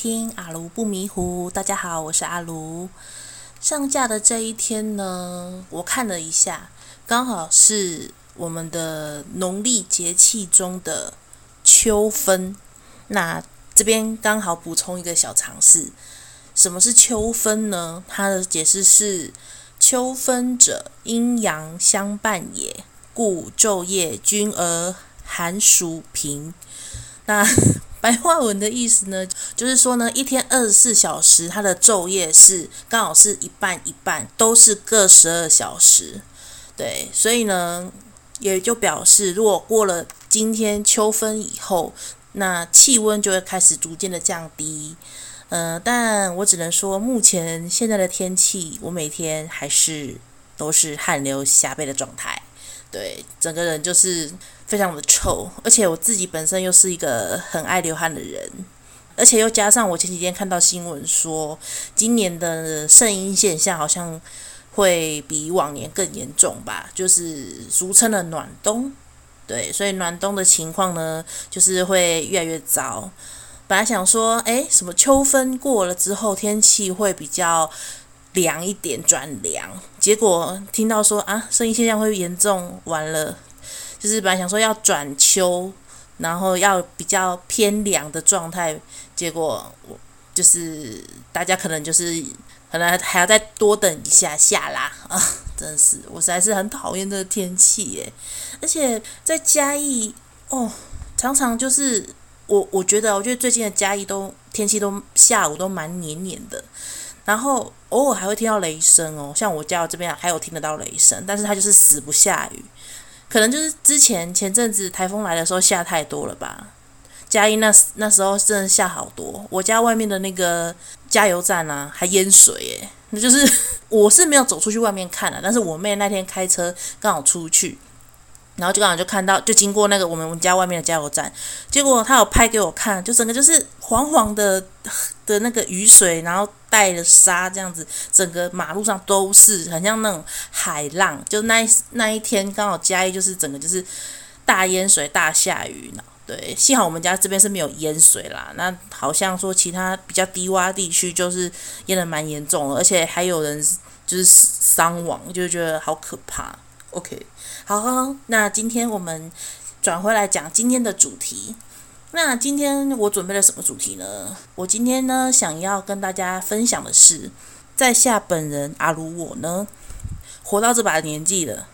听阿卢不迷糊。大家好，我是阿卢。上架的这一天呢，我看了一下，刚好是我们的农历节气中的秋分。那这边刚好补充一个小常识，什么是秋分呢？它的解释是：秋分者，阴阳相伴也，故昼夜均而寒暑平。那白话文的意思呢，就是说呢，一天24小时，它的昼夜是刚好是一半一半，都是各12小时。对，所以呢，也就表示，如果过了今天秋分以后，那气温就会开始逐渐的降低。但我只能说，目前现在的天气，我每天还是都是汗流浃背的状态。对，整个人就是非常的臭，而且我自己本身又是一个很爱流汗的人，而且又加上我前几天看到新闻说，今年的圣婴现象好像会比往年更严重吧，就是俗称的暖冬。对，所以暖冬的情况呢，就是会越来越糟。本来想说，什么秋分过了之后，天气会比较凉一点，转凉，结果听到说圣婴现象会严重，完了，就是本来想说要转秋，然后要比较偏凉的状态，结果就是大家可能还要再多等一下下啦真的是我实在是很讨厌这个天气耶，而且在嘉义常常就是我觉得最近的嘉义天气都下午都蛮黏黏的。然后偶尔还会听到雷声像我家这边还有听得到雷声，但是它就是死不下雨，可能就是前阵子台风来的时候下太多了吧。嘉义那时候真的下好多，我家外面的那个加油站还淹水耶，那就是我是没有走出去外面看但是我妹那天开车刚好出去。然后就刚好就看到，就经过那个我们家外面的加油站，结果他有拍给我看，就整个就是黄黄的那个雨水，然后带了沙这样子，整个马路上都是，很像那种海浪。就那一天刚好嘉义就是整个就是大淹水、大下雨。对，幸好我们家这边是没有淹水啦。那好像说其他比较低洼地区就是淹得蛮严重的，而且还有人就是伤亡，就觉得好可怕。OK， 好，那今天我们转回来讲今天的主题。那今天我准备了什么主题呢？我今天呢想要跟大家分享的是，在下本人阿如我呢，活到这把年纪了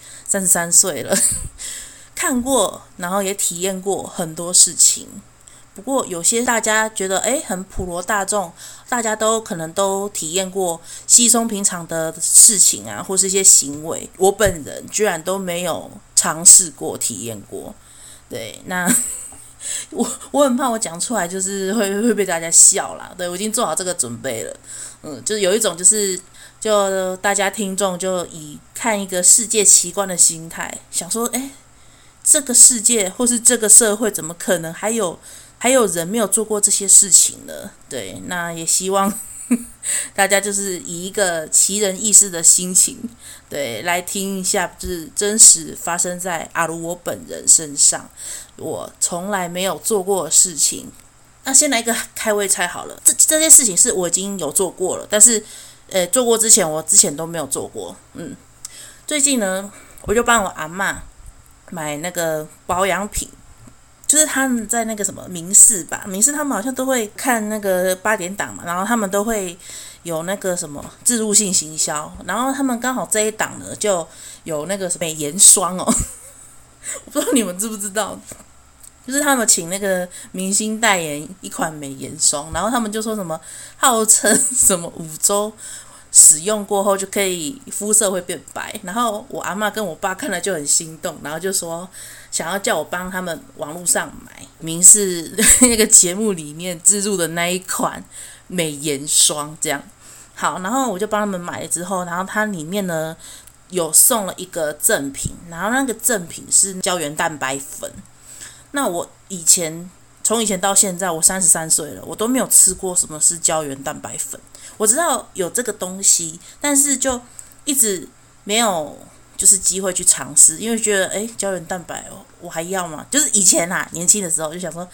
，33岁了，看过，然后也体验过很多事情。不过有些大家觉得很普罗大众，大家都可能都体验过稀松平常的事情或是一些行为，我本人居然都没有尝试过体验过。对，那我很怕我讲出来就是会被大家笑啦。对，我已经做好这个准备了。就是有一种就大家听众就以看一个世界奇观的心态，想说这个世界或是这个社会怎么可能还有人没有做过这些事情呢？对，那也希望大家就是以一个奇人异事的心情，对，来听一下，就是真实发生在阿如我本人身上，我从来没有做过的事情。那先来一个开胃菜好了，这些事情是我已经有做过了，但是做过之前我之前都没有做过。最近呢，我就帮我阿嬷买那个保养品。就是他们在那个什么民视吧，民视他们好像都会看那个8点档嘛，然后他们都会有那个什么置入性行销，然后他们刚好这一档呢就有那个美颜霜我不知道你们知不知道，就是他们请那个明星代言一款美颜霜，然后他们就说什么号称什么5周使用过后就可以肤色会变白，然后我阿嬷跟我爸看了就很心动，然后就说想要叫我帮他们网络上买民视那个节目里面置入的那一款美颜霜这样。好，然后我就帮他们买了之后，然后它里面呢有送了一个赠品，然后那个赠品是胶原蛋白粉。那我从以前到现在，我33岁了，我都没有吃过什么是胶原蛋白粉。我知道有这个东西，但是就一直没有就是机会去尝试，因为觉得胶原蛋白我还要吗？就是以前年轻的时候就想说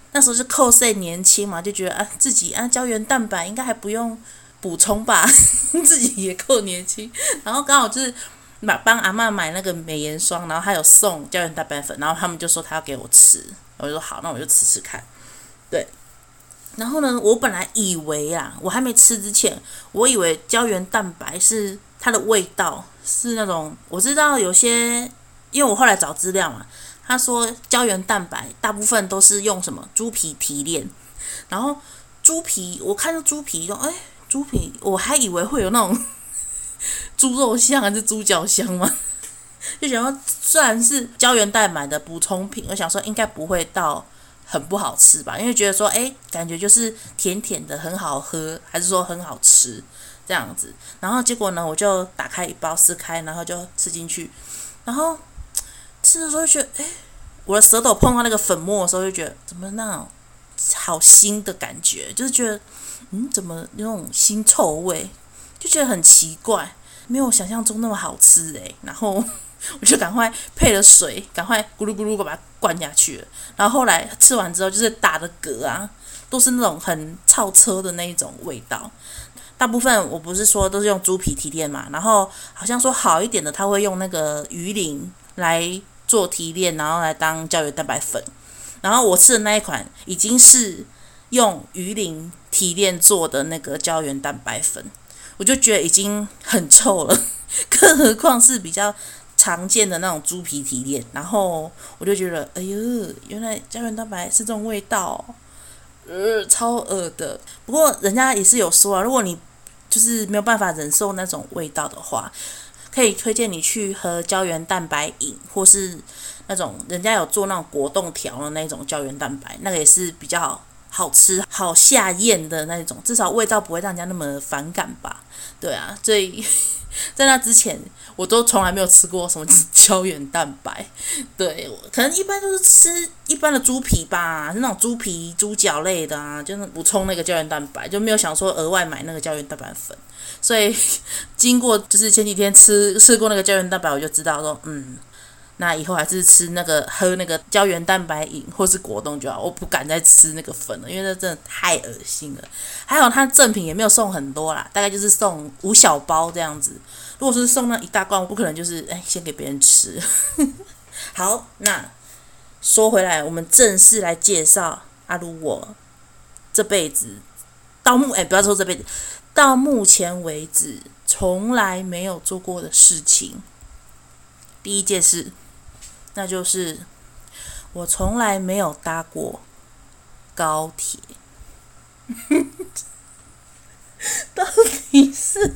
那时候是扣岁年轻嘛，就觉得啊自己胶原蛋白应该还不用补充吧，自己也够年轻。然后刚好就是帮阿嬷买那个美颜霜，然后还有送胶原蛋白粉，然后他们就说他要给我吃，我就说好，那我就吃吃看。对，然后呢，我本来以为我还没吃之前，我以为胶原蛋白是它的味道是那种，我知道有些，因为我后来找资料嘛，他说胶原蛋白大部分都是用什么猪皮提炼，然后猪皮我看到猪皮猪皮我还以为会有那种猪肉香还是猪脚香吗？就想说虽然是胶原蛋白的补充品，我想说应该不会到很不好吃吧，因为觉得说感觉就是甜甜的很好喝，还是说很好吃这样子。然后结果呢，我就打开一包撕开，然后就吃进去，然后吃的时候就觉得我的舌头碰到那个粉末的时候就觉得怎么那种好腥的感觉，就是觉得怎么有那种腥臭味，就觉得很奇怪，没有想象中那么好吃然后我就赶快配了水，赶快咕噜咕噜把它灌下去了。然后后来吃完之后，就是打的嗝都是那种很臭车的那一种味道。大部分我不是说都是用猪皮提炼嘛，然后好像说好一点的，他会用那个鱼鳞来做提炼，然后来当胶原蛋白粉。然后我吃的那一款已经是用鱼鳞提炼做的那个胶原蛋白粉，我就觉得已经很臭了，更何况是比较常见的那种猪皮提炼，然后我就觉得，原来胶原蛋白是这种味道，超恶的。不过人家也是有说如果你就是没有办法忍受那种味道的话，可以推荐你去喝胶原蛋白饮，或是那种人家有做那种果冻条的那种胶原蛋白，那个也是比较好吃、好下咽的那种，至少味道不会让人家那么反感吧。对啊，所以在那之前我都从来没有吃过什么胶原蛋白。对，可能一般都是吃一般的猪皮吧，是那种猪皮、猪脚类的就是补充那个胶原蛋白，就没有想说额外买那个胶原蛋白粉。所以经过就是前几天吃过那个胶原蛋白，我就知道说，那以后还是喝那个胶原蛋白饮或是果冻就好，我不敢再吃那个粉了，因为那真的太恶心了。还好它赠品也没有送很多啦，大概就是送5小包这样子。如果是送那一大罐，我不可能就是先给别人吃。好，那说回来，我们正式来介绍阿如我这辈子不要说这辈子，到目前为止从来没有做过的事情。第一件事，那就是我从来没有搭过高铁。到底是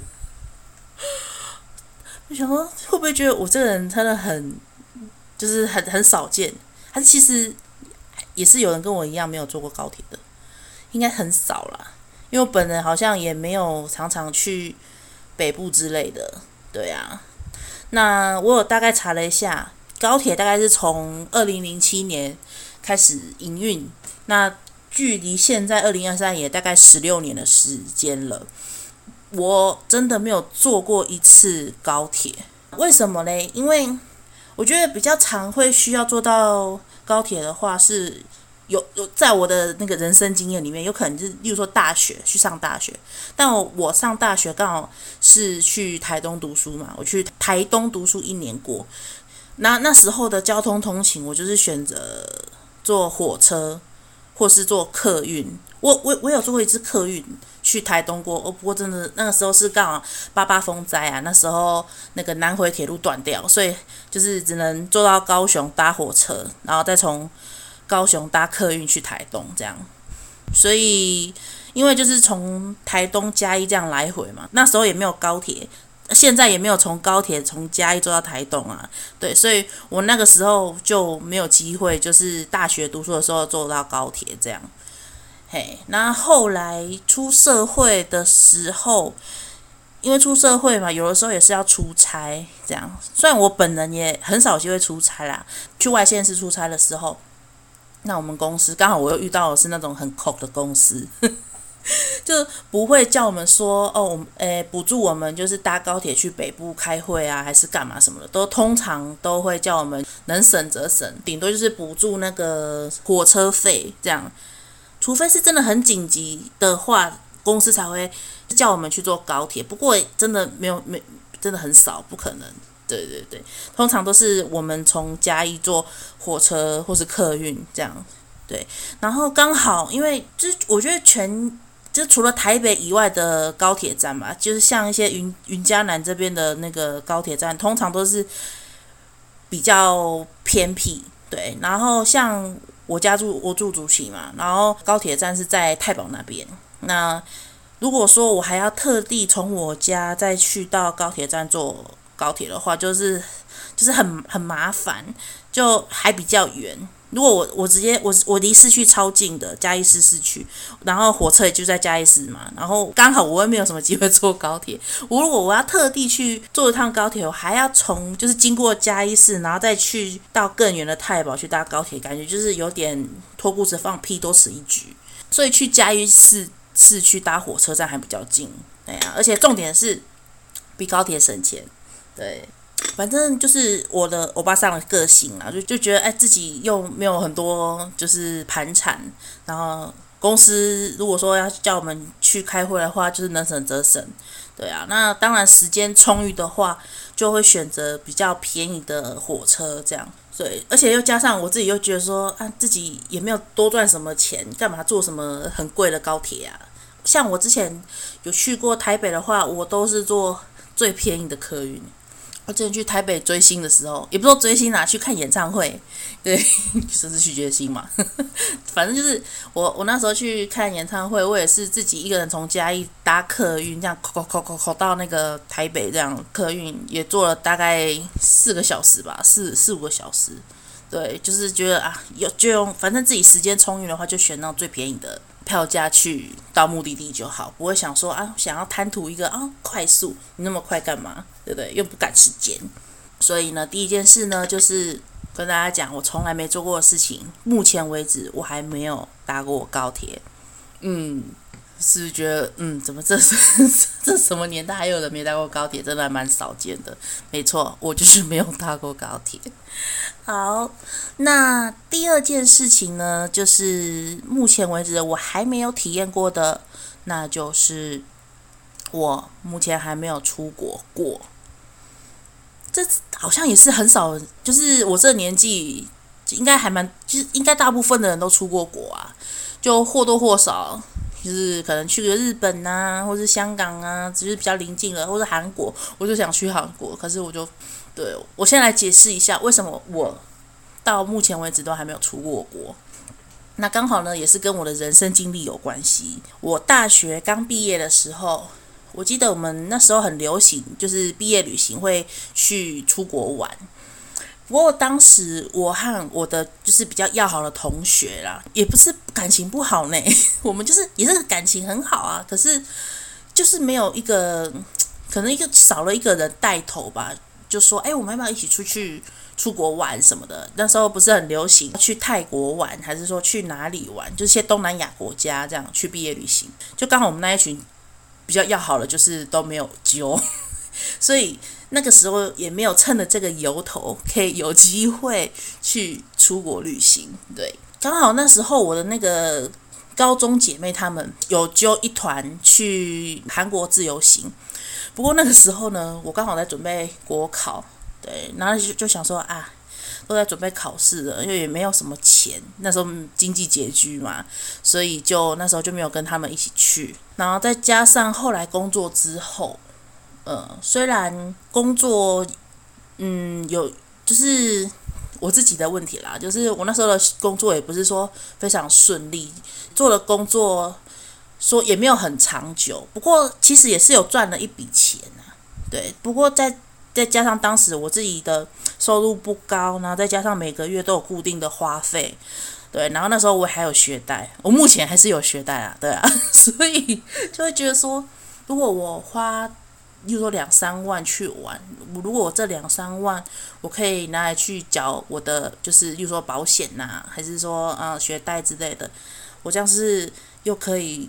我想说，会不会觉得我这个人真的就是很少见？还是其实也是有人跟我一样没有坐过高铁的？应该很少啦，因为我本人好像也没有常常去北部之类的。对啊，那我有大概查了一下，高铁大概是从2007年开始营运，那距离现在2023也大概16年的时间了。我真的没有坐过一次高铁，为什么呢？因为我觉得比较常会需要坐到高铁的话，是有在我的那个人生经验里面，有可能就是例如说去上大学，但我上大学刚好是去台东读书嘛，我去台东读书1年过，那时候的交通通勤，我就是选择坐火车或是坐客运。我有坐过一次客运去台东过，不过真的那个时候是刚好88风灾那时候那个南回铁路断掉，所以就是只能坐到高雄搭火车，然后再从高雄搭客运去台东这样。所以因为就是从台东嘉义这样来回嘛，那时候也没有高铁，现在也没有从高铁从嘉义坐到台东对，所以我那个时候就没有机会，就是大学读书的时候坐到高铁这样。那后来出社会的时候，因为出社会嘛，有的时候也是要出差这样。虽然我本人也很少机会出差啦，去外县市出差的时候，那我们公司刚好我又遇到的是那种很酷的公司，就就不会叫我们说哦，补助我们就是搭高铁去北部开会啊，还是干嘛什么的，通常都会叫我们能省则省，顶多就是补助那个火车费这样，除非是真的很紧急的话，公司才会叫我们去坐高铁。不过真的没真的很少，不可能。对对对，通常都是我们从嘉义坐火车或是客运这样。对，然后刚好因为就是我觉得就除了台北以外的高铁站吧，就是像一些云嘉南这边的那个高铁站，通常都是比较偏僻。对，然后像我住竹崎嘛，然后高铁站是在太保那边。那如果说我还要特地从我家再去到高铁站坐高铁的话，就是很麻烦，就还比较远。如果我直接我离市区超近的嘉义市市区，然后火车也就在嘉义市嘛，然后刚好我也没有什么机会坐高铁。如果我要特地去坐一趟高铁，我还要就是经过嘉义市，然后再去到更远的太保去搭高铁，感觉就是有点脱裤子放屁多此一举。所以去嘉义市区搭火车站还比较近，对啊，而且重点是比高铁省钱，对。反正就是我的欧巴桑的个性啦，就觉得自己又没有很多就是盘缠，然后公司如果说要叫我们去开会的话，就是能省则省，对啊。那当然时间充裕的话，就会选择比较便宜的火车这样。对，而且又加上我自己又觉得说自己也没有多赚什么钱，干嘛坐什么很贵的高铁啊？像我之前有去过台北的话，我都是坐最便宜的客运。我之前去台北追星的时候，也不是说追星啦，去看演唱会，对，就是去追星嘛。反正就是我那时候去看演唱会，我也是自己一个人从嘉义搭客运，这样口到那个台北，这样客运也坐了大概4个小时吧，四五个小时。对，就是觉得就用，反正自己时间充裕的话，就选那种最便宜的票价去到目的地就好，不会想说想要贪图一个快速，你那么快干嘛？对不对？又不赶时间。所以呢，第一件事呢，就是跟大家讲，我从来没做过的事情，目前为止我还没有搭过高铁。是不是觉得怎么这什么年代还有人没搭过高铁，真的还蛮少见的。没错，我就是没有搭过高铁。好，那第二件事情呢，就是目前为止我还没有体验过的，那就是我目前还没有出国过。这好像也是很少，就是我这个年纪应该就是应该大部分的人都出过国啊，就或多或少。就是可能去个日本啊，或是香港啊，只是比较临近了，或是韩国，我就想去韩国。可是我先来解释一下，为什么我到目前为止都还没有出过国。那刚好呢，也是跟我的人生经历有关系。我大学刚毕业的时候，我记得我们那时候很流行，就是毕业旅行会去出国玩。不过当时我和我的就是比较要好的同学啦，也不是感情不好呢，我们就是也是感情很好啊，可是就是没有一个，可能少了一个人带头吧，就说我们要不要一起出国玩什么的？那时候不是很流行去泰国玩，还是说去哪里玩？就是些东南亚国家这样去毕业旅行，就刚好我们那一群比较要好的，就是都没有揪，所以那个时候也没有趁着这个由头，可以有机会去出国旅行。对，刚好那时候我的那个高中姐妹她们有揪一团去韩国自由行，不过那个时候呢，我刚好在准备国考，对，然后就想说都在准备考试了，因为也没有什么钱，那时候经济拮据嘛，所以那时候就没有跟他们一起去。然后再加上后来工作之后，虽然工作，有就是我自己的问题啦，就是我那时候的工作也不是说非常顺利，做的工作说也没有很长久，不过其实也是有赚了一笔钱啊，对。不过再加上当时我自己的收入不高，然后再加上每个月都有固定的花费，对，然后那时候我还有学贷，我目前还是有学贷啊，对啊，所以就会觉得说，如果我花例如说2-3万去玩，如果我这2-3万我可以拿来去缴我的，就是例如说保险还是说学贷之类的，我这样是又可以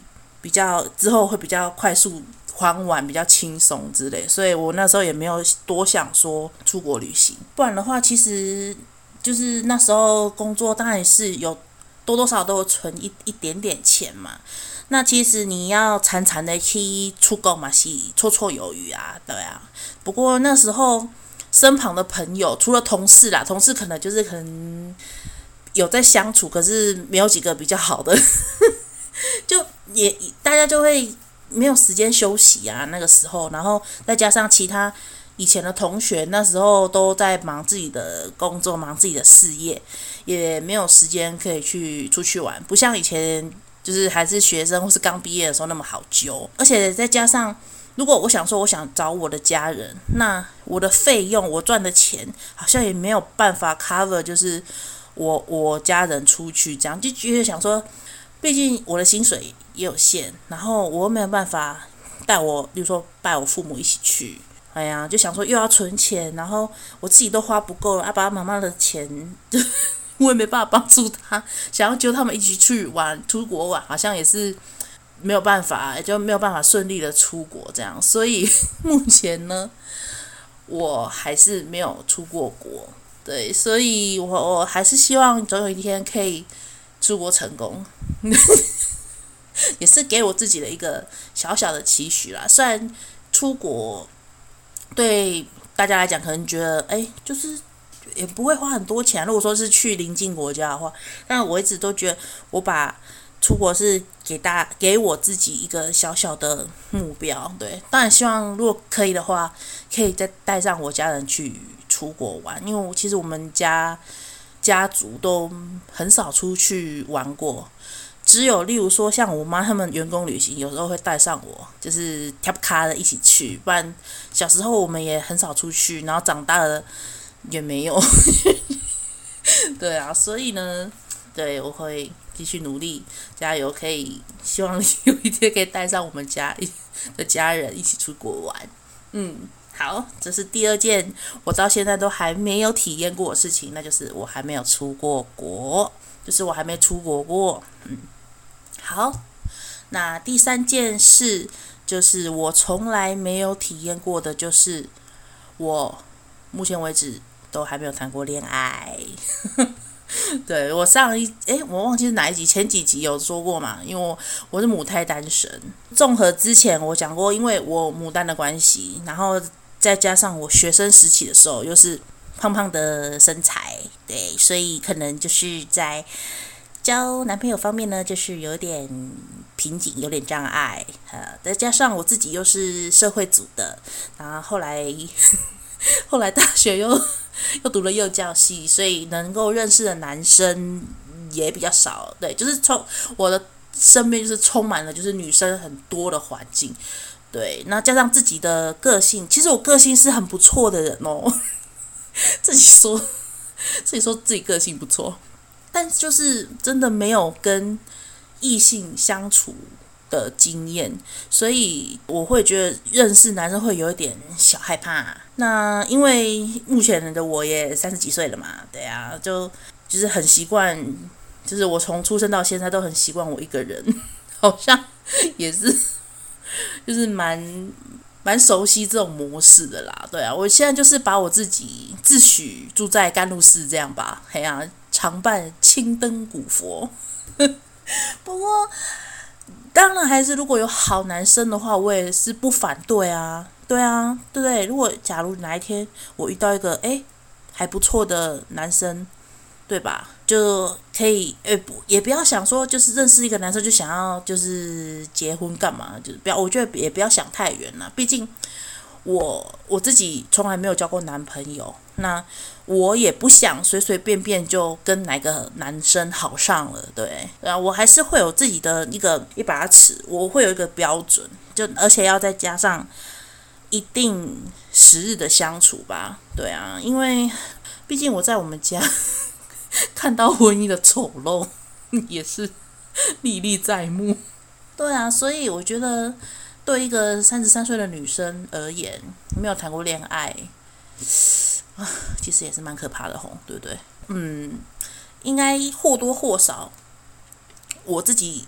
比较之后会比较快速还完，比较轻松之类，所以我那时候也没有多想说出国旅行。不然的话，其实就是那时候工作当然也是有多多少少都有存一点点钱嘛。那其实你要惨惨的去出国嘛，是绰绰有余啊，对啊。不过那时候身旁的朋友，除了同事啦，同事可能有在相处，可是没有几个比较好的，就也大家就会没有时间休息啊，那个时候，然后再加上其他以前的同学，那时候都在忙自己的工作，忙自己的事业，也没有时间可以出去玩，不像以前就是还是学生或是刚毕业的时候那么好揪，而且再加上。如果我想说我想找我的家人，那我的费用我赚的钱好像也没有办法 cover， 就是我家人出去这样，就觉得想说，毕竟我的薪水也有限，然后我又没有办法比如说带我父母一起去，哎呀，就想说又要存钱，然后我自己都花不够了，爸爸妈妈的钱，我也没办法帮助他，想要揪他们一起去玩，出国玩，好像也是。没有办法，就没有办法顺利的出国这样，所以目前呢，我还是没有出过国，对，所以我还是希望总有一天可以出国成功，也是给我自己的一个小小的期许啦。虽然出国对大家来讲可能觉得，就是也不会花很多钱，如果说是去邻近国家的话，但我一直都觉得我把出国是给我自己一个小小的目标，对，当然希望如果可以的话，可以再带上我家人去出国玩，因为其实我们家族都很少出去玩过，只有例如说像我妈他们员工旅行，有时候会带上我，就是跳卡的一起去，不然小时候我们也很少出去，然后长大了也没有，对啊，所以呢，对我会。继续努力，加油！希望有一天可以带上我们家的家人一起出国玩。好，这是第二件我到现在都还没有体验过的事情，那就是我还没有出过国，就是我还没出国过。好，那第三件事就是我从来没有体验过的，就是我目前为止都还没有谈过恋爱。对，我我忘记是哪一集，前几集有说过嘛，因为我是母胎单身。综合之前我讲过，因为我母单的关系，然后再加上我学生时期的时候又是胖胖的身材，对，所以可能就是在交男朋友方面呢，就是有点瓶颈，有点障碍。再加上我自己又是社会组的，然后后来大学又读了幼教系，所以能够认识的男生也比较少。对，就是我的身边就是充满了就是女生很多的环境。对，那加上自己的个性，其实我个性是很不错的人哦。自己说自己个性不错，但就是真的没有跟异性相处的经验，所以我会觉得认识男生会有一点小害怕。那因为目前的我也30几岁了嘛，对啊，就是很习惯，就是我从出生到现在都很习惯我一个人，好像也是就是蛮熟悉这种模式的啦。对啊，我现在就是把我自己自诩住在甘露寺这样吧，嘿啊，常伴青灯古佛。不过当然还是如果有好男生的话，我也是不反对啊。对啊，对不对？如果假如哪一天我遇到一个还不错的男生，对吧？就可以也不要想说就是认识一个男生就想要就是结婚干嘛，就是我觉得也不要想太远了。毕竟我自己从来没有交过男朋友，那我也不想随随便便就跟哪个男生好上了，对啊，我还是会有自己的一把尺，我会有一个标准，而且要再加上一定时日的相处吧，对啊，因为毕竟我在我们家看到婚姻的丑陋也是历历在目，对啊，所以我觉得对一个33岁的女生而言，没有谈过恋爱，其实也是蛮可怕的吼，对不对？应该或多或少，我自己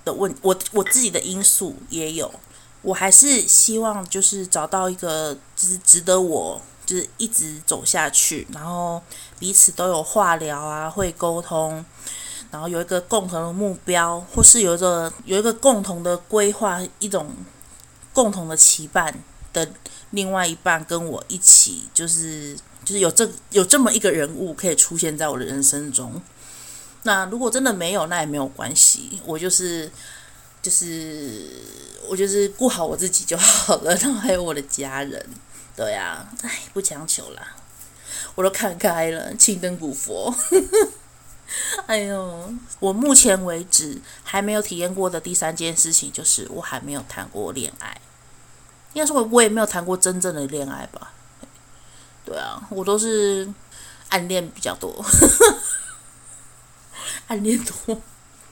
的我自己的因素也有，我还是希望就是找到一个就是值得我就是一直走下去，然后彼此都有话聊啊，会沟通，然后有一个共同的目标，或是有一个共同的规划，一种共同的期盼的另外一半跟我一起，就是有这么一个人物可以出现在我的人生中。那如果真的没有，那也没有关系，我就是顾好我自己就好了，然后还有我的家人。对啊，不强求啦，我都看开了，青灯古佛。哎呦，我目前为止还没有体验过的第三件事情，就是我还没有谈过恋爱。应该说，我也没有谈过真正的恋爱吧。对啊，我都是暗恋比较多，暗恋多。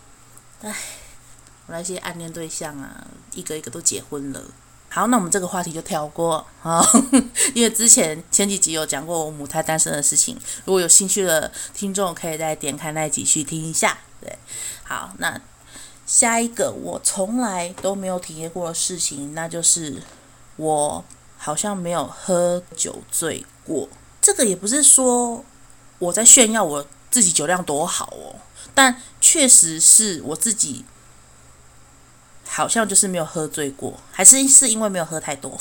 我那些暗恋对象啊，一个一个都结婚了。好，那我们这个话题就跳过啊，因为前几集有讲过我母胎单身的事情，如果有兴趣的听众可以再点开那一集去听一下。对，好，那下一个我从来都没有体验过的事情，那就是我好像没有喝酒醉过。这个也不是说我在炫耀我自己酒量多好哦，但确实是我自己好像就是没有喝醉过，还是因为没有喝太多。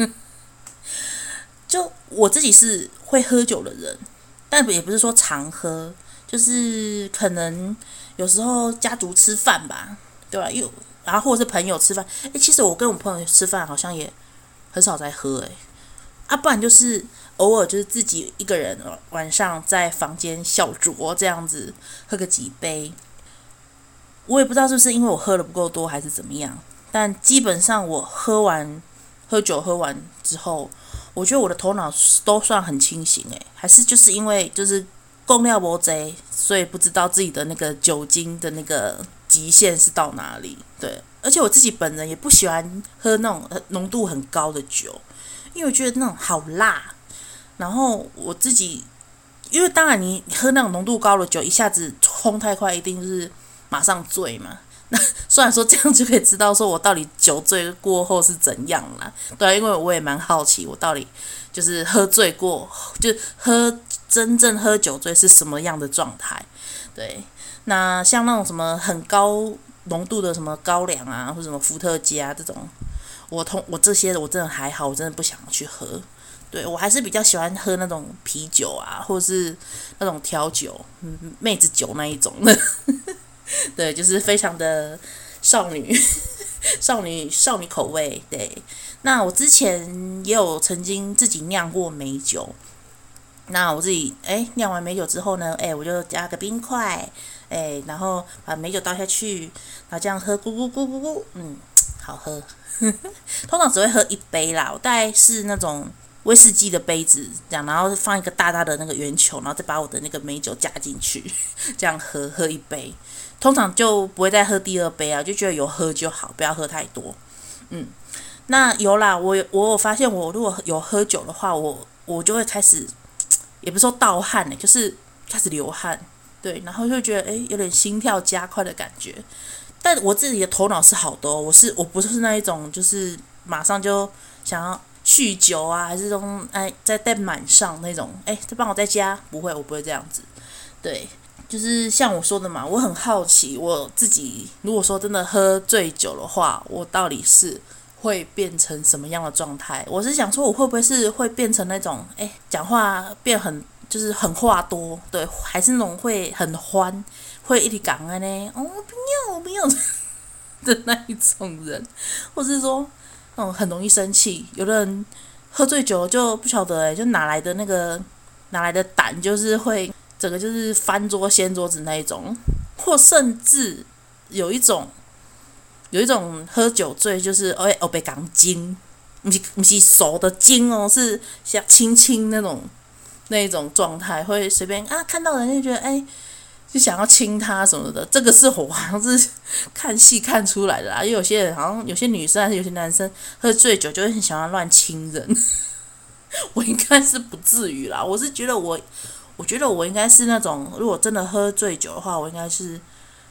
就我自己是会喝酒的人，但也不是说常喝，就是可能有时候家族吃饭吧，对吧？然后或者是朋友吃饭，其实我跟我朋友吃饭好像也很少在喝，不然就是偶尔就是自己一个人晚上在房间小酌这样子喝个几杯。我也不知道是不是因为我喝的不够多还是怎么样，但基本上我喝酒喝完之后，我觉得我的头脑都算很清醒还是就是因为就是供料不贼，所以不知道自己的那个酒精的那个极限是到哪里。对，而且我自己本人也不喜欢喝那种浓度很高的酒，因为我觉得那种好辣。然后我自己，因为当然你喝那种浓度高的酒，一下子冲太快，一定就是马上醉嘛。那虽然说这样就可以知道说我到底酒醉过后是怎样啦，对啊，因为我也蛮好奇我到底就是喝醉过，就真正喝酒醉是什么样的状态。对，那像那种什么很高浓度的什么高粱啊，或者什么伏特加这种，我这些我真的还好，我真的不想去喝。对，我还是比较喜欢喝那种啤酒啊，或者是那种调酒，妹子酒那一种的。对，就是非常的少女少女口味。对，那我之前也有曾经自己酿过美酒。那我自己酿完美酒之后呢，我就加个冰块，然后把美酒倒下去，然后这样喝，咕咕咕咕咕，好喝。通常只会喝一杯啦，我大概是那种威士忌的杯子这样，然后放一个大大的那个圆球，然后再把我的那个美酒加进去，这样喝一杯。通常就不会再喝第二杯啊，就觉得有喝就好，不要喝太多。那有啦，我有发现，我如果有喝酒的话，我就会开始，也不是说盗汗就是开始流汗，对，然后就觉得有点心跳加快的感觉。但我自己的头脑是好的哦，我不是那一种就是马上就想要酗酒啊，还是这种在满上那种，再帮我再加，不会，我不会这样子。对，就是像我说的嘛，我很好奇我自己，如果说真的喝醉酒的话，我到底是会变成什么样的状态？我是想说，我会不会是会变成那种讲话变就是很话多，对，还是那种会很欢，会一直讲呢？我不要的那一种人，或是说那种很容易生气。有的人喝醉酒就不晓得就哪来的胆，就是会整个就是翻桌掀桌子那一种，或甚至有一种喝酒醉就是被讲精，不是熟的精哦，是像亲亲那一种状态，会随便看到人就觉得就想要亲他什么的。这个是我好像是看戏看出来的啦，因为有些人好像有些女生还是有些男生喝醉酒就会很想要乱亲人。我应该是不至于啦，我是觉得我应该是那种，如果真的喝醉酒的话，我应该是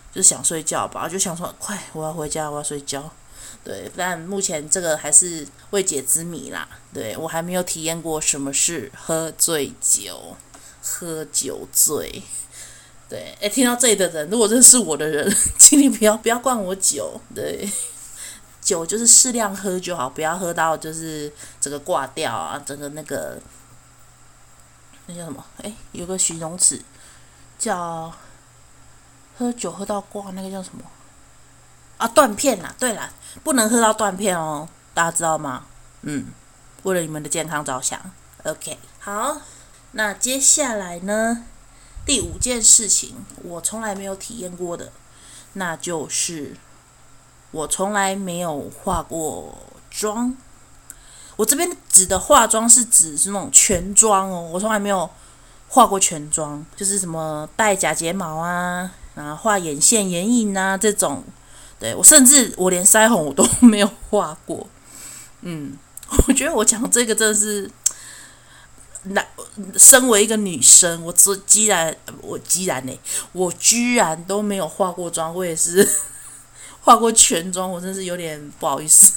就是想睡觉吧，就想说快，我要回家，我要睡觉。对，但目前这个还是未解之谜啦。对，我还没有体验过什么是喝醉酒、喝酒醉。对，听到这里的人，如果认识我的人，请你不要灌我酒。对，酒就是适量喝就好，不要喝到就是整个挂掉啊，整个那叫什么？有个形容词叫喝酒喝到挂，那个叫什么？啊，断片啦。对啦，不能喝到断片哦，大家知道吗？为了你们的健康着想。OK， 好，那接下来呢？第5件事情，我从来没有体验过的，那就是我从来没有化过妆。我这边指的化妆是指是那种全妆哦，我从来没有化过全妆，就是什么戴假睫毛啊，然后画眼线、眼影啊这种。对，我甚至连腮红我都没有画过。我觉得我讲这个真的是。身为一个女生，我居然都没有化过妆，我也是化过全妆，我真是有点不好意思。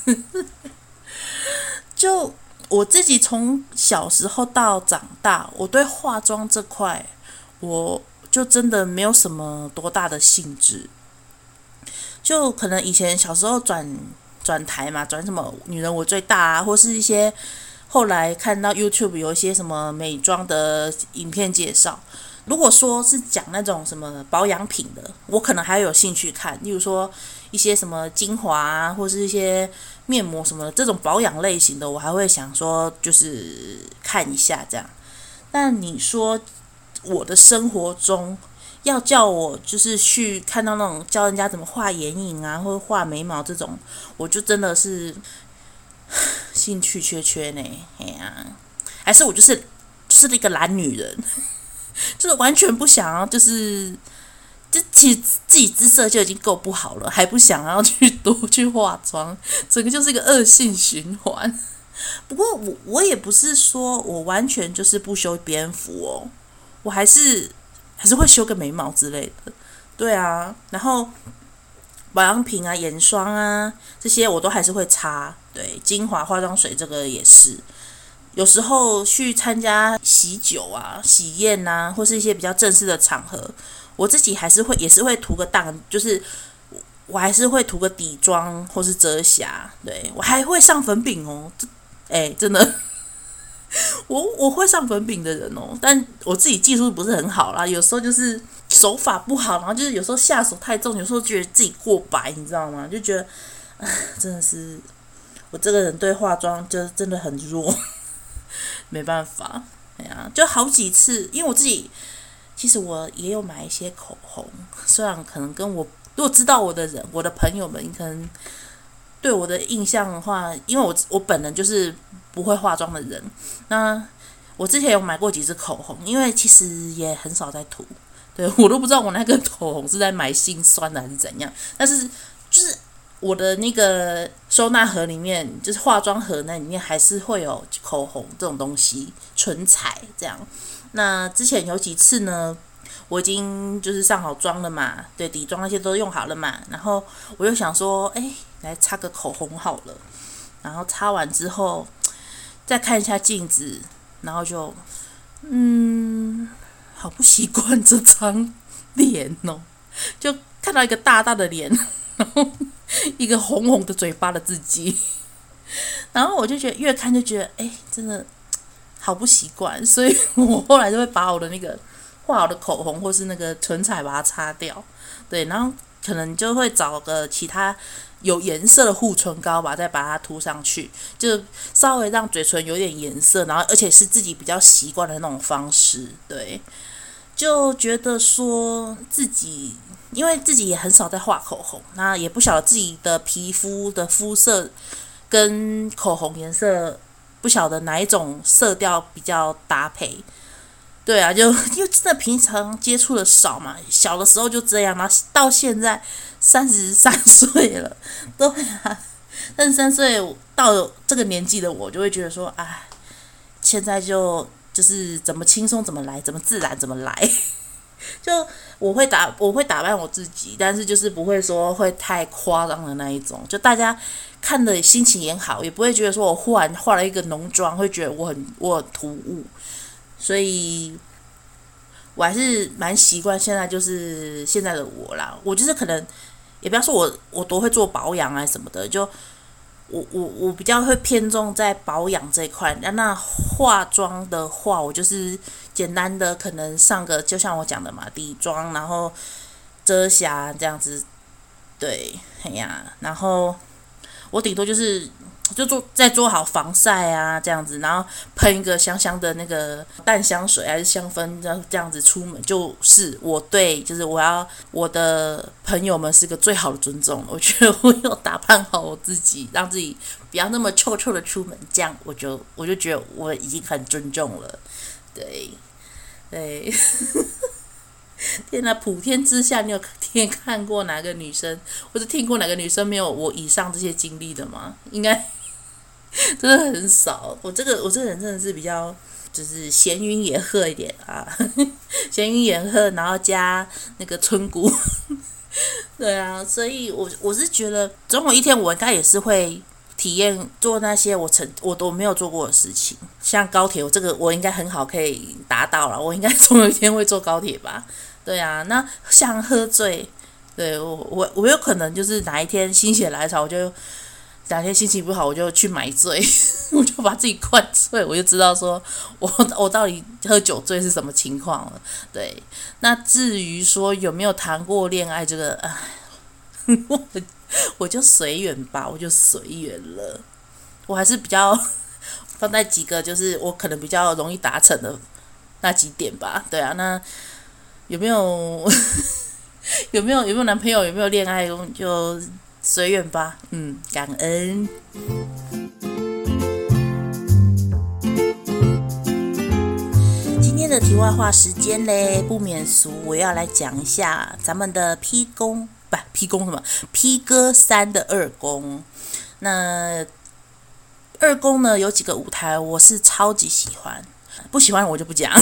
就我自己从小时候到长大，我对化妆这块，我就真的没有什么多大的兴致。就可能以前小时候转台嘛，转什么女人我最大啊，或是一些。后来看到 YouTube 有一些什么美妆的影片介绍，如果说是讲那种什么保养品的，我可能还有兴趣看，例如说一些什么精华啊，或是一些面膜什么的，这种保养类型的，我还会想说就是看一下这样。但你说我的生活中要叫我就是去看到那种教人家怎么画眼影啊，或者画眉毛这种，我就真的是。兴趣缺呢，还是我就是一个懒女人，就是完全不想要，就其实自己姿色就已经够不好了，还不想要去化妆，整个就是一个恶性循环。不过我也不是说我完全就是不修边幅哦，我还是会修个眉毛之类的，对啊，然后。保养品啊、眼霜啊，这些我都还是会擦。对，精华、化妆水这个也是。有时候去参加喜酒啊、喜宴啊，或是一些比较正式的场合，我自己也是会涂个档，就是我还是会涂个底妆或是遮瑕。对，我还会上粉饼哦，真的。我会上粉饼的人哦，但我自己技术不是很好啦，有时候就是手法不好，然后就是有时候下手太重，有时候觉得自己过白，你知道吗？就觉得，真的是我这个人对化妆就真的很弱，没办法，就好几次，因为我自己其实我也有买一些口红，虽然可能跟我如果知道我的人，我的朋友们可能。对我的印象的话，因为我本人就是不会化妆的人，那我之前有买过几支口红，因为其实也很少在涂，对我都不知道我那个口红是在买心酸的还是怎样，但是就是我的那个收纳盒里面，就是化妆盒那里面还是会有口红这种东西，唇彩这样。那之前有几次呢？我已经就是上好妆了嘛，对，底妆那些都用好了嘛，然后我就想说，来擦个口红好了，然后擦完之后再看一下镜子，然后就，好不习惯这张脸哦，就看到一个大大的脸，然后一个红红的嘴巴的自己，然后我就觉得越看就觉得，真的好不习惯，所以我后来就会把我的那个。画好的口红或是那个唇彩把它擦掉，对，然后可能就会找个其他有颜色的护唇膏吧，再把它涂上去，就稍微让嘴唇有点颜色，然后而且是自己比较习惯的那种方式，对，就觉得说自己因为自己也很少在画口红，那也不晓得自己的皮肤的肤色跟口红颜色不晓得哪一种色调比较搭配。对啊，就因为真的平常接触的少嘛，小的时候就这样，然后到现在33岁了，对啊，33岁到这个年纪的我，就会觉得说，现在就是怎么轻松怎么来，怎么自然怎么来， 就我会打扮我自己，但是就是不会说会太夸张的那一种，就大家看的心情也好，也不会觉得说我忽然化了一个浓妆会觉得我很突兀，所以我还是蛮习惯现在就是现在的我啦。我就是可能也不要说我多会做保养啊什么的，就我比较会偏重在保养这一块。那化妆的话，我就是简单的可能上个就像我讲的嘛，底妆，然后遮瑕这样子，对，哎呀，然后我顶多就是再做好防晒啊这样子，然后喷一个香香的那个淡香水还是香氛，这样子出门，就是我对就是我的朋友们是个最好的尊重。我觉得我有打扮好我自己，让自己不要那么臭臭的出门，这样我就觉得我已经很尊重了。对对。天哪！普天之下，你有看过哪个女生，或者听过哪个女生没有我以上这些经历的吗？应该真的很少。我这个人真的是比较就是闲云野鹤一点啊，闲云野鹤，然后加那个村姑。对啊，所以我是觉得，总有一天我应该也是会体验做那些我都没有做过的事情，像高铁，我应该很好可以达到了，我应该总有一天会坐高铁吧。对啊，那像喝醉，对我有可能就是哪一天心血来潮，我就哪天心情不好，我就去买醉，我就把自己灌醉，我就知道说我到底喝酒醉是什么情况了。对，那至于说有没有谈过恋爱，这个我就随缘吧，我就随缘了。我还是比较放在几个就是我可能比较容易达成的那几点吧。对啊，那有没有有没有男朋友，有没有恋爱，就随缘吧。感恩。今天的题外话时间嘞，不免俗，我要来讲一下咱们的P哥3的二公。那二公呢，有几个舞台我是超级喜欢，不喜欢我就不讲。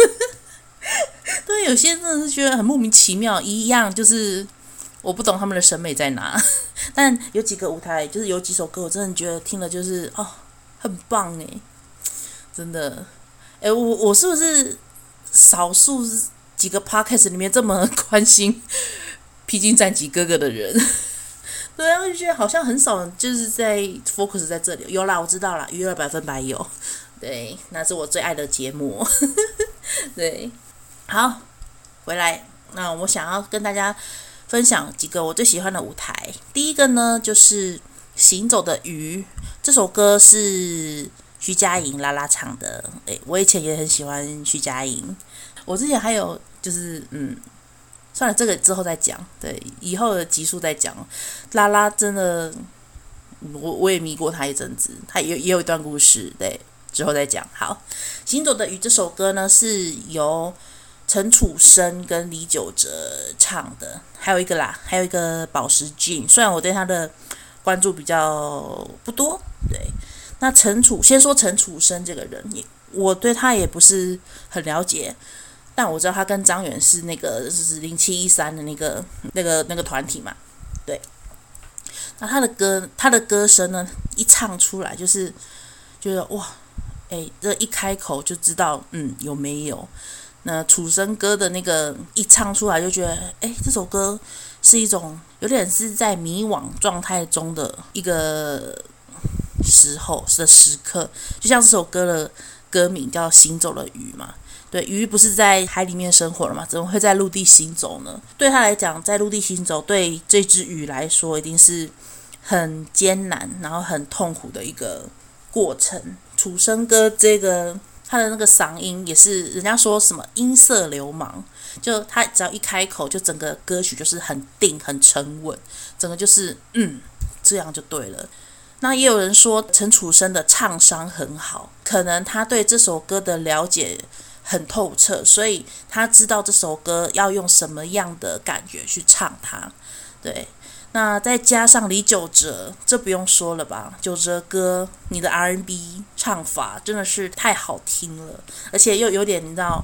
对，有些真的是觉得很莫名其妙，一样就是我不懂他们的审美在哪。但有几个舞台，就是有几首歌，我真的觉得听了就是很棒哎，真的。我是不是少数几个 podcast 里面这么关心披荆斩棘哥哥的人？对啊，我就觉得好像很少人就是在 focus 在这里。有啦，我知道啦，娱乐100%有。对，那是我最爱的节目。对，好，回来，那我想要跟大家分享几个我最喜欢的舞台。第一个呢，就是《行走的鱼》这首歌是徐佳莹拉拉唱的。我以前也很喜欢徐佳莹，我之前还有就是算了，这个之后再讲。对，以后的集数再讲。拉拉真的，我也迷过她一阵子，她也有一段故事。对，之后再讲。好，《行走的鱼》这首歌呢是由陈楚生跟李玖哲唱的，还有一个宝石俊，虽然我对他的关注比较不多。对，那先说陈楚生这个人，我对他也不是很了解。但我知道他跟张远是那个就是0713的那个团体嘛。对，那他的歌声呢，一唱出来就是觉得哇，这一开口就知道有没有。那楚生歌的那个一唱出来就觉得这首歌是一种有点是在迷惘状态中的一个时刻，就像这首歌的歌名叫《行走的鱼》嘛。对，鱼不是在海里面生活了吗？怎么会在陆地行走呢？对他来讲，在陆地行走对这只鱼来说一定是很艰难，然后很痛苦的一个过程。楚生哥这个他的那个嗓音也是人家说什么音色流氓，就他只要一开口，就整个歌曲就是很定很沉稳，整个就是这样就对了。那也有人说陈楚生的唱商很好，可能他对这首歌的了解很透彻，所以他知道这首歌要用什么样的感觉去唱它。对，那再加上李玖哲，这不用说了吧？玖哲哥，你的 R&B 唱法真的是太好听了，而且又有点你知道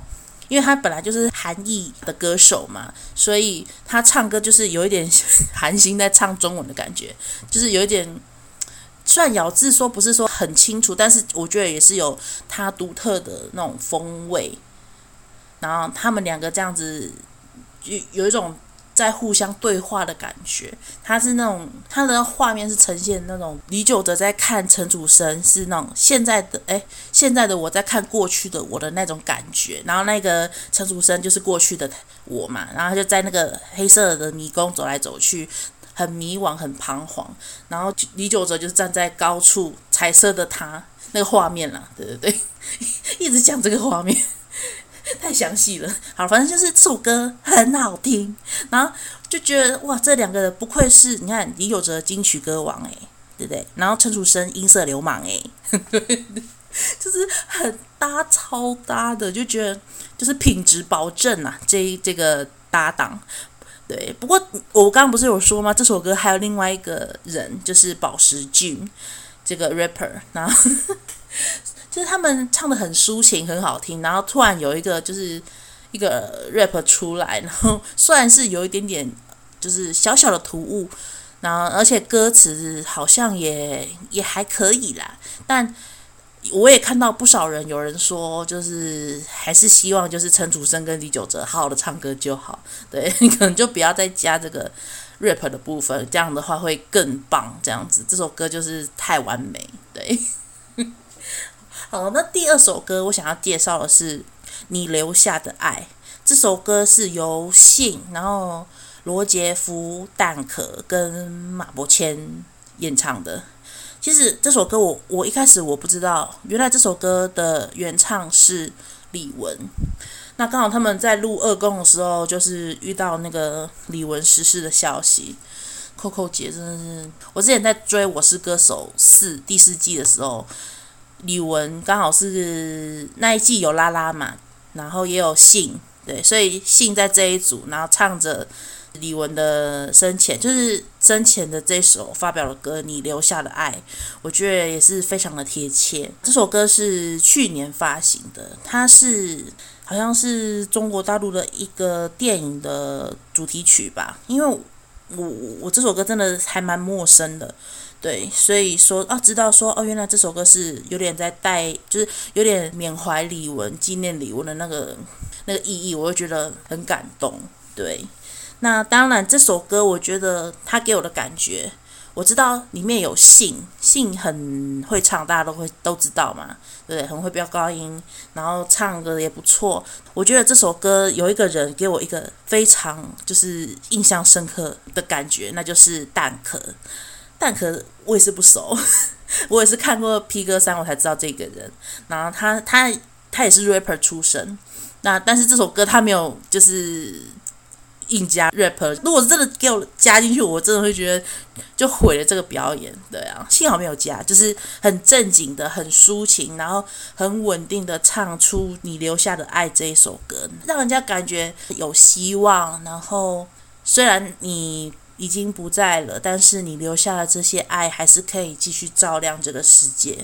因为他本来就是韩裔的歌手嘛，所以他唱歌就是有一点韩星在唱中文的感觉，就是有一点虽然咬字说不是说很清楚，但是我觉得也是有他独特的那种风味。然后他们两个这样子有一种在互相对话的感觉，他是那种他的画面是呈现那种李玖哲在看陈楚生是那种现在的我在看过去的我的那种感觉，然后那个陈楚生就是过去的我嘛，然后他就在那个黑色的迷宫走来走去，很迷惘很彷徨，然后李玖哲就是站在高处，彩色的他那个画面啦，对对对，一直讲这个画面。太详细了，好，反正就是这首歌很好听，然后就觉得哇，这两个人不愧是你看李玖哲金曲歌王对不对？然后陈楚生音色流氓就是很搭，超搭的，就觉得就是品质保证啊，这个搭档。对，不过我刚刚不是有说吗？这首歌还有另外一个人，就是宝石俊这个 rapper， 然后就是他们唱的很抒情，很好听，然后突然有一个就是一个 rap 出来，然后虽然是有一点点就是小小的突兀，然后而且歌词好像也还可以啦，但我也看到不少人有人说，就是还是希望就是陈楚生跟李玖哲好好的唱歌就好，对，你可能就不要再加这个 rap 的部分，这样的话会更棒，这样子这首歌就是太完美，对。好，那第二首歌我想要介绍的是《你留下的爱》。这首歌是由信，然后罗杰夫、蛋壳跟马伯骞演唱的。其实这首歌我一开始我不知道，原来这首歌的原唱是李玟。那刚好他们在录二公的时候，就是遇到那个李玟逝世的消息。Coco 姐真的是，我之前在追《我是歌手4》第4季的时候。李玟刚好是那一季有拉拉嘛，然后也有信，对，所以信在这一组，然后唱着李玟的生前，就是生前的这首发表的歌《你留下的爱》，我觉得也是非常的贴切。这首歌是去年发行的，它是好像是中国大陆的一个电影的主题曲吧，因为我这首歌真的还蛮陌生的。对，所以说知道说原来这首歌是有点在带，就是有点缅怀李玟、纪念李玟的那个意义，我会觉得很感动。对，那当然这首歌我觉得他给我的感觉，我知道里面有信很会唱，大家都知道嘛，对不对？很会飙高音，然后唱歌也不错。我觉得这首歌有一个人给我一个非常就是印象深刻的感觉，那就是蛋壳。蛋壳我也是不熟，我也是看过 P 哥3我才知道这个人。然后他也是 rapper 出身，但是这首歌他没有就是硬加 rapper。如果真的给我加进去，我真的会觉得就毁了这个表演。对啊，幸好没有加，就是很正经的、很抒情，然后很稳定的唱出《你留下的爱》这一首歌，让人家感觉有希望。然后虽然你已经不在了，但是你留下的这些爱还是可以继续照亮这个世界。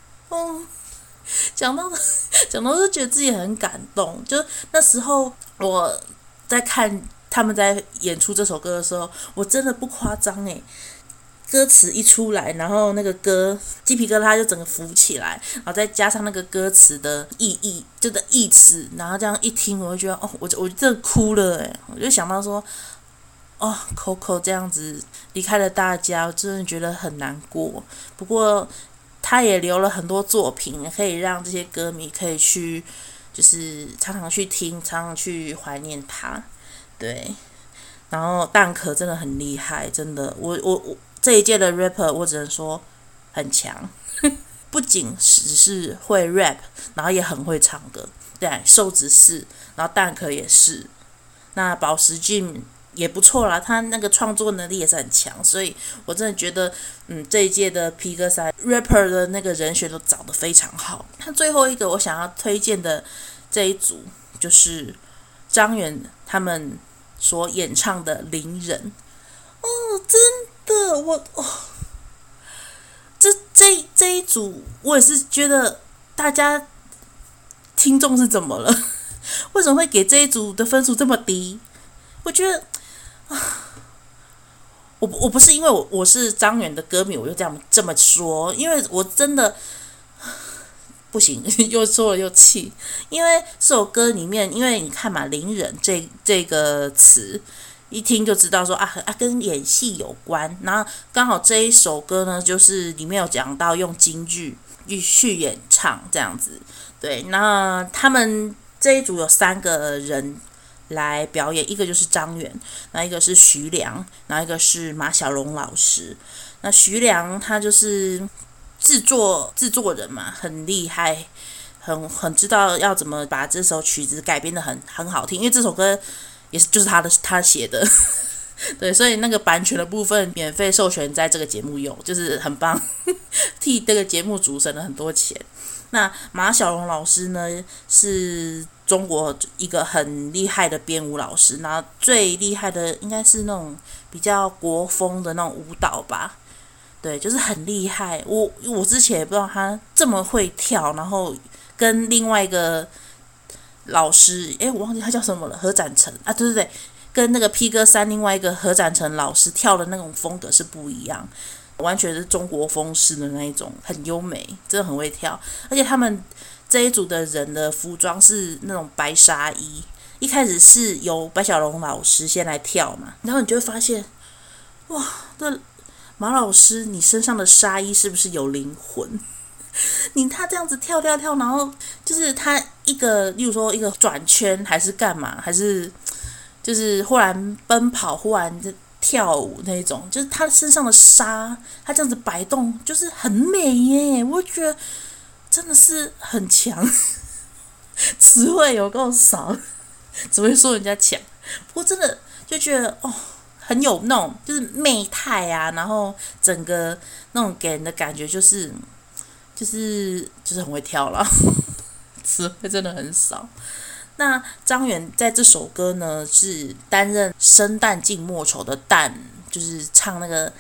讲到就觉得自己很感动。就那时候我在看他们在演出这首歌的时候，我真的不夸张歌词一出来，然后那个歌鸡皮疙瘩就整个浮起来，然后再加上那个歌词的意义，就的意思，然后这样一听，我就觉得我真的哭了我就想到说。Coco 这样子离开了大家，我真的觉得很难过。不过他也留了很多作品，可以让这些歌迷可以去，就是常常去听，常常去怀念他。对，然后蛋壳真的很厉害，真的，我这一届的 rapper 我只能说很强，不仅只是会 rap， 然后也很会唱歌。对，瘦子是，然后蛋壳也是，那宝石俊。也不错啦，他那个创作能力也是很强，所以我真的觉得，这一届的 P 哥3 rapper 的那个人选都找得非常好。他最后一个我想要推荐的这一组就是张远他们所演唱的《邻人》。真的，这一组我也是觉得大家听众是怎么了？ 为什么会给这一组的分数这么低？我觉得我不是因为我是张远的歌迷，我就这么说，因为我真的不行，又说了又气，因为这首歌里面，因为你看嘛，伶人这个词。一听就知道说跟演戏有关，然后刚好这一首歌呢，就是里面有讲到用京剧去演唱这样子。对，那他们这一组有3个人来表演，一个就是张远，那一个是徐良，然后一个是马小龙老师。那徐良他就是制作人嘛，很厉害，很知道要怎么把这首曲子改编得很好听，因为这首歌。也是就是他写的，对，所以那个版权的部分免费授权在这个节目用，就是很棒，替这个节目组省了很多钱。那马小龙老师呢，是中国一个很厉害的编舞老师，然后最厉害的应该是那种比较国风的那种舞蹈吧，对，就是很厉害。我之前也不知道他这么会跳，然后跟另外一个。老师，我忘记他叫什么了，何展成啊，对，跟那个 P 哥3另外一个何展成老师跳的那种风格是不一样，完全是中国风式的那一种，很优美，真的很会跳。而且他们这一组的人的服装是那种白纱衣，一开始是由白小龙老师先来跳嘛，然后你就会发现，哇，这马老师你身上的纱衣是不是有灵魂？他这样子跳，然后就是他一个，例如说一个转圈还是干嘛，还是就是忽然奔跑，忽然跳舞那种，就是他身上的纱，他这样子摆动，就是很美耶！我觉得真的是很强，词汇有够少，只会说人家强。不过真的就觉得很有那种就是媚态啊，然后整个那种给人的感觉就是很会跳啦，词汇真的很少。那张远在这首歌呢，是担任生旦净末丑的旦，就是唱那个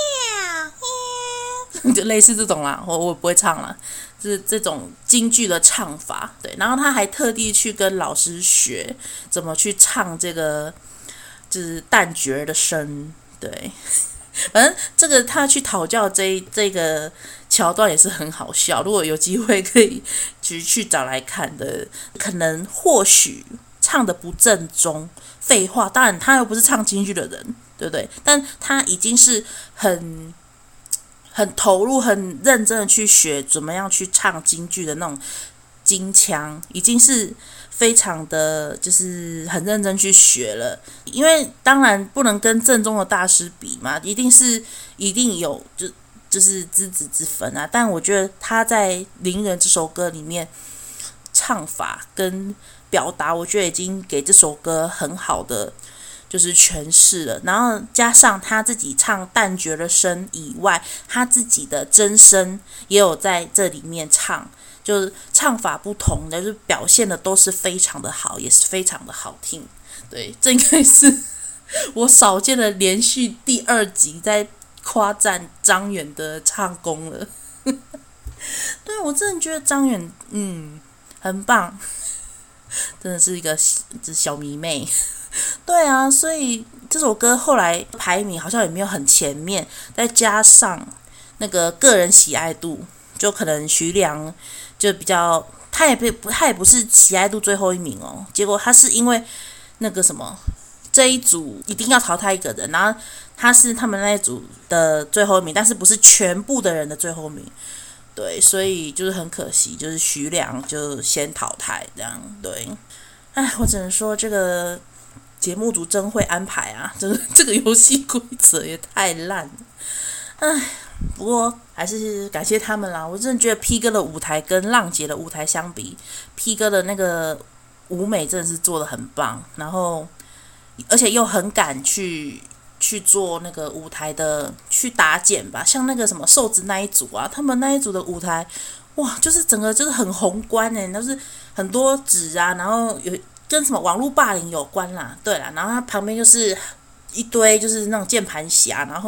就类似这种啦，我不会唱啦，就是这种京剧的唱法。对，然后他还特地去跟老师学怎么去唱这个，就是旦角的声。对，反正这个他去讨教这个桥段也是很好笑，如果有机会可以去找来看的，可能或许唱的不正宗，废话，当然他又不是唱京剧的人，对不对？但他已经是很投入、很认真的去学怎么样去唱京剧的那种京腔，已经是非常的就是很认真去学了。因为当然不能跟正宗的大师比嘛，一定有就是资质之分啊，但我觉得他在《伶人》这首歌里面唱法跟表达，我觉得已经给这首歌很好的就是诠释了。然后加上他自己唱旦角的声以外，他自己的真声也有在这里面唱，就是唱法不同的，就是表现的都是非常的好，也是非常的好听。对，这应该是我少见的连续第2集在夸赞张远的唱功了。对，我真的觉得张远很棒，真的是一个小迷妹。对啊，所以这首歌后来排名好像也没有很前面，再加上那个个人喜爱度，就可能徐良就比较，他也不是喜爱度最后1名哦，结果他是因为那个什么。这一组一定要淘汰一个人，然后他是他们那一组的最后1名，但是不是全部的人的最后1名，对，所以就是很可惜，就是徐良就先淘汰这样，对，我只能说这个节目组真会安排啊，这个游戏规则也太烂了，不过还是感谢他们啦，我真的觉得 P 哥的舞台跟浪姐的舞台相比 ，P 哥的那个舞美真的是做得很棒，然后。而且又很敢去做那个舞台的去打剪吧，像那个什么瘦子那一组啊，他们那一组的舞台，哇，就是整个就是很宏观都是很多纸啊，然后有跟什么网络霸凌有关啦，对啦，然后它旁边就是一堆就是那种键盘侠，然后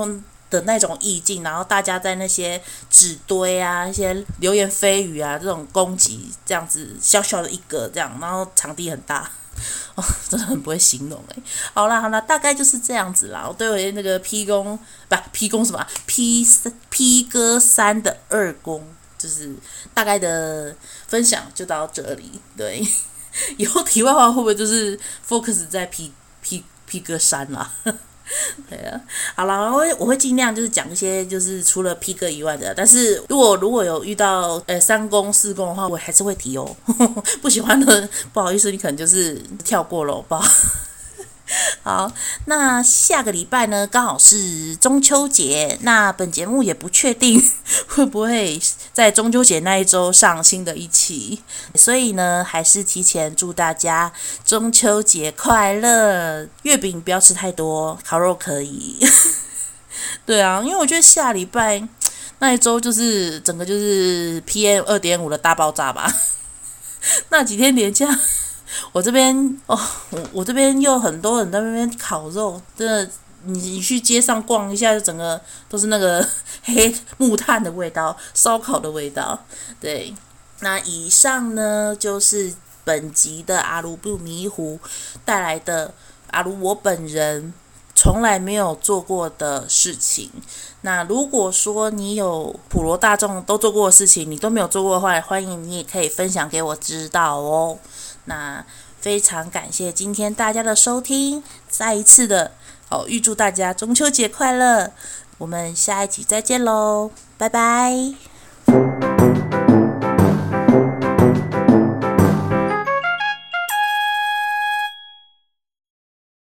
的那种意境，然后大家在那些纸堆啊、一些流言蜚语啊这种攻击，这样子小小的一格这样，然后场地很大。哦，真的很不会形容哎。好啦，大概就是这样子啦。我对我那个 P 宫什么 P 哥3的2宫，就是大概的分享就到这里。对，以后题外话会不会就是 focus 在 P 哥3啦？对啊，好了，我会尽量就是讲一些就是除了 P 哥以外的，但是如果有遇到3宫4宫的话，我还是会提哦。不喜欢的不好意思，你可能就是跳过了，不好。好，那下个礼拜呢，刚好是中秋节，那本节目也不确定会不会在中秋节那一周上新的一期，所以呢，还是提前祝大家中秋节快乐，月饼不要吃太多，烤肉可以。对啊，因为我觉得下礼拜那一周就是整个就是 PM2.5 的大爆炸吧，那几天连假。我这边我这边又很多人在那边烤肉，真的，你去街上逛一下，就整个都是那个黑木炭的味道，烧烤的味道。对，那以上呢就是本集的阿鲁不迷糊带来的阿鲁我本人从来没有做过的事情。那如果说你有普罗大众都做过的事情，你都没有做过的话，欢迎你也可以分享给我知道哦。那非常感谢今天大家的收听，再一次的预祝大家中秋节快乐，我们下一集再见喽，拜拜。